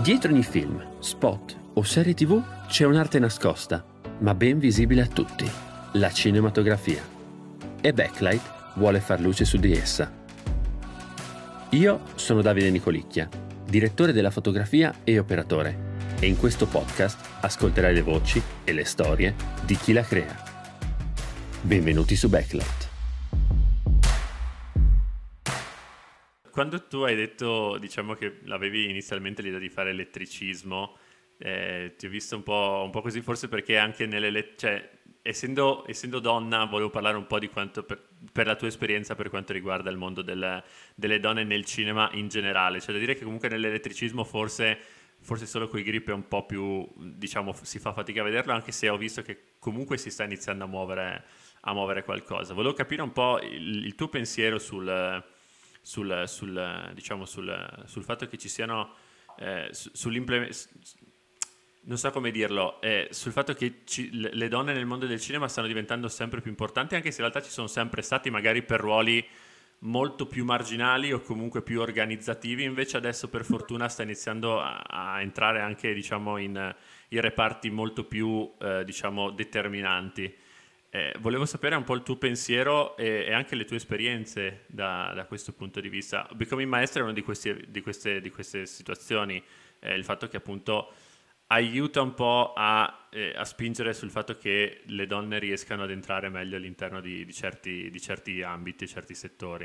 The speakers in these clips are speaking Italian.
Dietro ogni film, spot o serie TV c'è un'arte nascosta, ma ben visibile a tutti: la cinematografia. E Backlight vuole far luce su di essa. Io sono Davide Nicolicchia, direttore della fotografia e operatore, e in questo podcast ascolterai le voci e le storie di chi la crea. Benvenuti su Backlight. Quando tu hai detto, diciamo, che avevi inizialmente l'idea di fare elettricismo, ti ho visto un po' così, forse perché anche cioè, essendo donna, volevo parlare un po' di quanto, per la tua esperienza per quanto riguarda il mondo delle donne nel cinema in generale. Cioè, da dire che comunque nell'elettricismo forse solo coi grip è un po' più, diciamo, si fa fatica a vederlo, anche se ho visto che comunque si sta iniziando a muovere qualcosa. Volevo capire un po' il tuo pensiero diciamo, sul fatto che ci siano non so come dirlo, sul fatto che le donne nel mondo del cinema stanno diventando sempre più importanti, anche se in realtà ci sono sempre stati, magari per ruoli molto più marginali o comunque più organizzativi. Invece adesso per fortuna sta iniziando a entrare anche, diciamo, in reparti molto più diciamo determinanti. Volevo sapere un po' il tuo pensiero e anche le tue esperienze da questo punto di vista. Becoming Maestra è una di queste situazioni, il fatto che appunto aiuta un po' a spingere sul fatto che le donne riescano ad entrare meglio all'interno di certi ambiti, certi settori.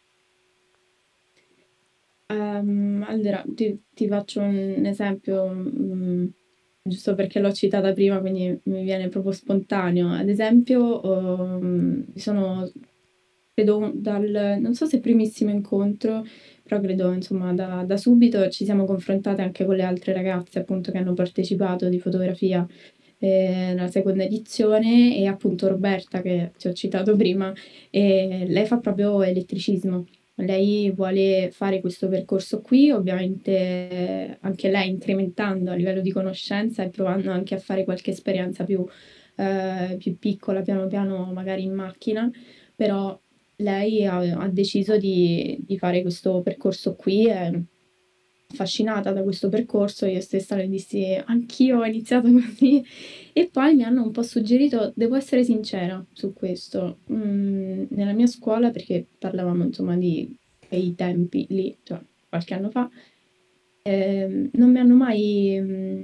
Allora, ti faccio un esempio, giusto perché l'ho citata prima, quindi mi viene proprio spontaneo. Ad esempio, sono, credo, non so se primissimo incontro, però credo, insomma, da subito ci siamo confrontate anche con le altre ragazze, appunto, che hanno partecipato di fotografia nella seconda edizione, e appunto Roberta, che ti ho citato prima, lei fa proprio elettricismo. Lei vuole fare questo percorso qui, ovviamente anche lei incrementando a livello di conoscenza e provando anche a fare qualche esperienza più piccola, piano piano, magari in macchina, però lei ha deciso di fare questo percorso qui, è affascinata da questo percorso. Io stessa le dissi: anch'io ho iniziato così, e poi mi hanno un po' suggerito, devo essere sincera su questo, nella mia scuola, perché parlavamo insomma di quei tempi lì, cioè qualche anno fa, non mi hanno mai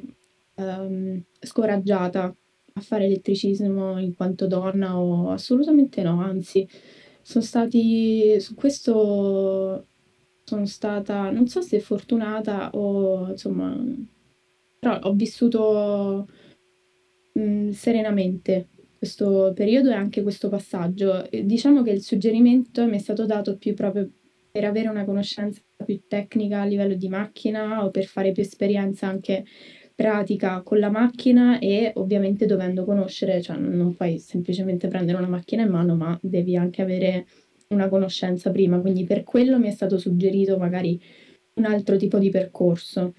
scoraggiata a fare elettricismo in quanto donna, o assolutamente no, anzi, sono stati su questo sono stata, non so se fortunata o insomma, però ho vissuto serenamente questo periodo e anche questo passaggio. E diciamo che il suggerimento mi è stato dato più proprio per avere una conoscenza più tecnica a livello di macchina, o per fare più esperienza anche pratica con la macchina, e ovviamente dovendo conoscere, cioè non puoi semplicemente prendere una macchina in mano, ma devi anche avere una conoscenza prima, quindi per quello mi è stato suggerito magari un altro tipo di percorso.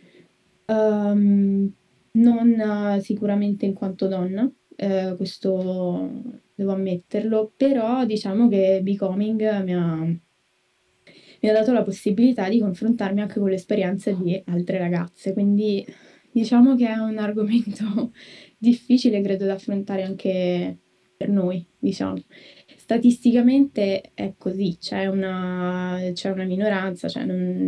Non sicuramente in quanto donna, questo devo ammetterlo, però diciamo che Becoming mi ha dato la possibilità di confrontarmi anche con le esperienze di altre ragazze, quindi diciamo che è un argomento difficile, credo, da affrontare anche per noi, diciamo. Statisticamente è così, c'è una minoranza, cioè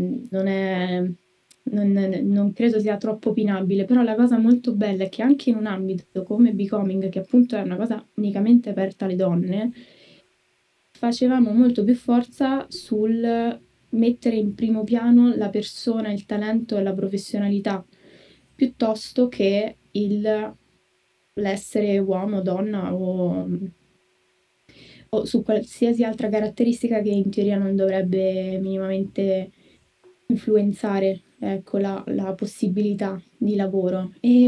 non credo sia troppo opinabile, però la cosa molto bella è che anche in un ambito come Becoming, che appunto è una cosa unicamente aperta alle donne, facevamo molto più forza sul mettere in primo piano la persona, il talento e la professionalità, piuttosto che l'essere uomo, donna, o su qualsiasi altra caratteristica che in teoria non dovrebbe minimamente influenzare, ecco, la possibilità di lavoro.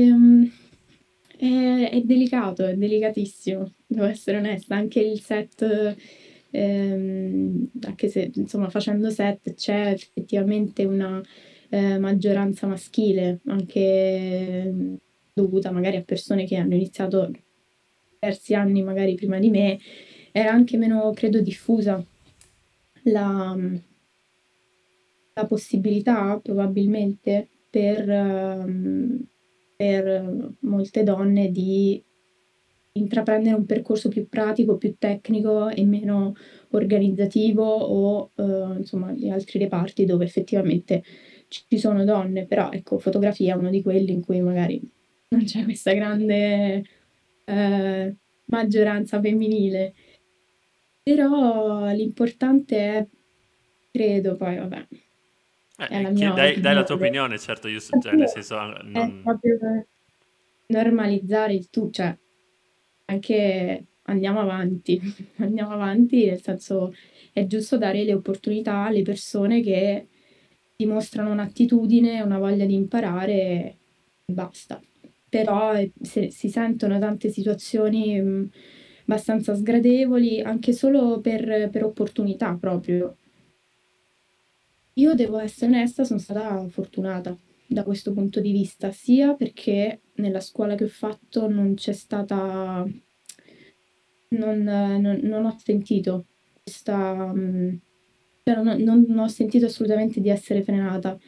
È delicato, è delicatissimo, devo essere onesta. Anche il set, anche se insomma facendo set c'è effettivamente una maggioranza maschile, anche dovuta magari a persone che hanno iniziato diversi anni magari prima di me, era anche meno, credo, diffusa la possibilità, probabilmente, per molte donne di intraprendere un percorso più pratico, più tecnico e meno organizzativo o insomma di altri reparti dove effettivamente ci sono donne, però ecco, fotografia è uno di quelli in cui magari non c'è questa grande maggioranza femminile. Però l'importante è, credo, poi vabbè, è la mia Dai la tua opinione. opinione, certo, io cioè, nel senso È non... proprio normalizzare il tu, cioè anche andiamo avanti, andiamo avanti, nel senso è giusto dare le opportunità alle persone che dimostrano un'attitudine, una voglia di imparare e basta. Però se si sentono tante situazioni abbastanza sgradevoli, anche solo per opportunità proprio. Io devo essere onesta, sono stata fortunata da questo punto di vista, sia perché nella scuola che ho fatto non c'è stata, non ho sentito questa, cioè non ho sentito assolutamente di essere frenata.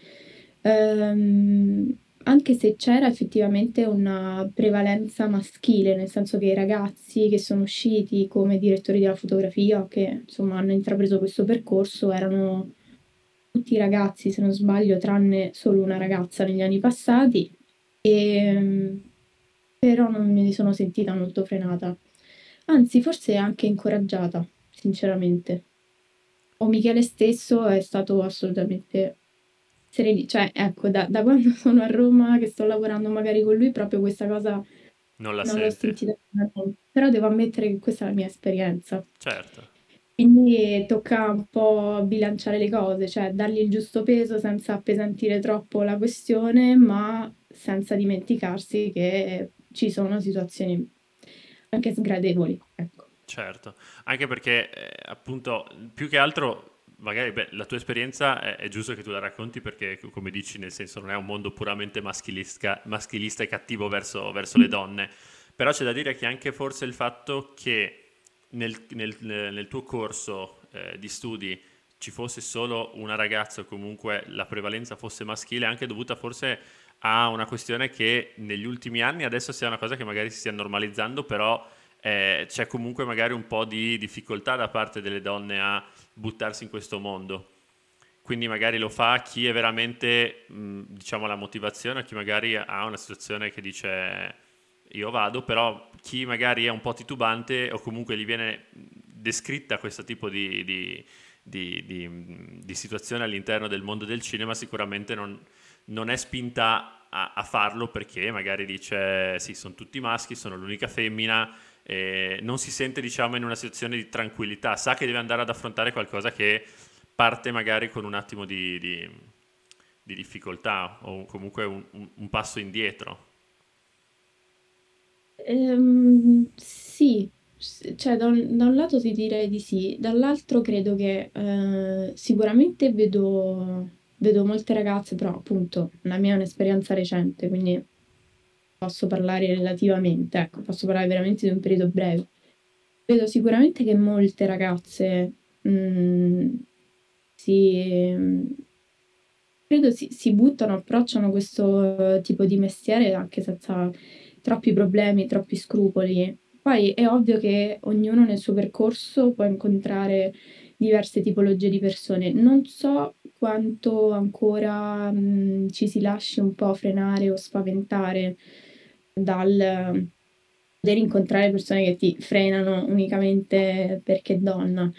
Anche se c'era effettivamente una prevalenza maschile, nel senso che i ragazzi che sono usciti come direttori della fotografia, che insomma hanno intrapreso questo percorso, erano tutti ragazzi, se non sbaglio, tranne solo una ragazza negli anni passati, e, però non me ne sono sentita molto frenata. Anzi, forse anche incoraggiata, sinceramente. O Michele stesso è stato assolutamente sereni, cioè ecco, da quando sono a Roma, che sto lavorando magari con lui, proprio questa cosa non la non l'ho senti. sentita. Però devo ammettere che questa è la mia esperienza. Certo. Quindi tocca un po' bilanciare le cose, cioè dargli il giusto peso senza appesantire troppo la questione, ma senza dimenticarsi che ci sono situazioni anche sgradevoli, ecco. Certo, anche perché appunto più che altro magari la tua esperienza è giusto che tu la racconti perché come dici nel senso non è un mondo puramente maschilista e cattivo verso le donne, però c'è da dire che anche forse il fatto che nel tuo corso di studi ci fosse solo una ragazza o comunque la prevalenza fosse maschile è anche dovuta forse a una questione che negli ultimi anni adesso sia una cosa che magari si stia normalizzando, però c'è comunque magari un po' di difficoltà da parte delle donne a buttarsi in questo mondo. Quindi magari lo fa chi è veramente, diciamo, la motivazione, chi magari ha una situazione che dice io vado, però chi magari è un po' titubante o comunque gli viene descritta questo tipo di situazione all'interno del mondo del cinema sicuramente non è spinta a farlo perché magari dice sì, sono tutti maschi, sono l'unica femmina, non si sente diciamo in una situazione di tranquillità, sa che deve andare ad affrontare qualcosa che parte magari con un attimo di difficoltà o comunque un passo indietro. Sì, cioè da un lato ti direi di sì, dall'altro credo che sicuramente vedo molte ragazze, però appunto la mia è un'esperienza recente, quindi posso parlare relativamente, ecco, posso parlare veramente di un periodo breve. Vedo sicuramente che molte ragazze si, credo si buttano, approcciano questo tipo di mestiere anche senza troppi problemi, troppi scrupoli. Poi è ovvio che ognuno nel suo percorso può incontrare diverse tipologie di persone. Non so quanto ancora ci si lasci un po' frenare o spaventare dal poter incontrare persone che ti frenano unicamente perché è donna.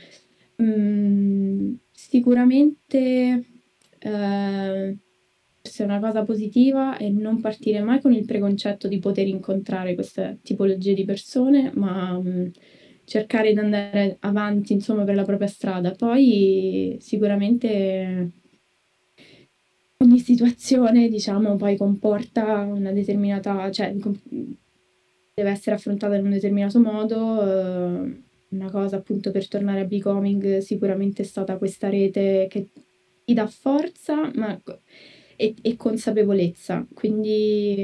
Sicuramente forse una cosa positiva è non partire mai con il preconcetto di poter incontrare queste tipologie di persone, ma cercare di andare avanti, insomma, per la propria strada. Poi sicuramente ogni situazione, diciamo, poi comporta una determinata, cioè deve essere affrontata in un determinato modo. Una cosa appunto per tornare a Becoming sicuramente è stata questa rete che ti dà forza e consapevolezza. Quindi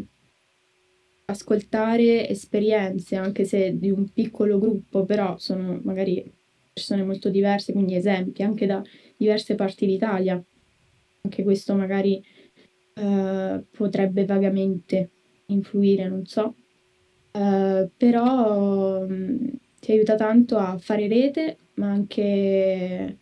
ascoltare esperienze, anche se di un piccolo gruppo, però sono magari persone molto diverse, quindi esempi anche da diverse parti d'Italia. Anche questo magari potrebbe vagamente influire, non so. Però ti aiuta tanto a fare rete, ma anche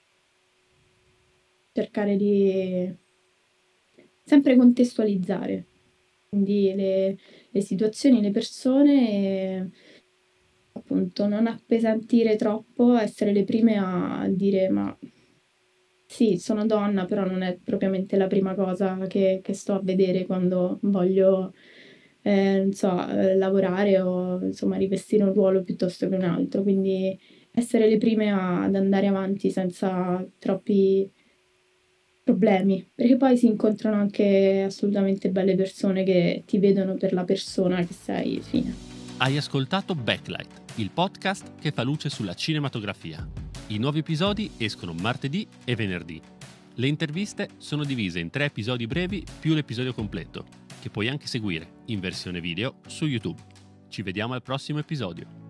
cercare di sempre contestualizzare, quindi le situazioni, le persone, e appunto non appesantire troppo, essere le prime a dire ma sì, sono donna, però non è propriamente la prima cosa che sto a vedere quando voglio, non so, lavorare o insomma rivestire un ruolo piuttosto che un altro. Quindi essere le prime ad andare avanti senza troppi problemi, perché poi si incontrano anche assolutamente belle persone che ti vedono per la persona che sei, fine. Hai ascoltato Backlight, il podcast che fa luce sulla cinematografia. I nuovi episodi escono martedì e venerdì. Le interviste sono divise in 3 episodi brevi più l'episodio completo, che puoi anche seguire in versione video su YouTube. Ci vediamo al prossimo episodio.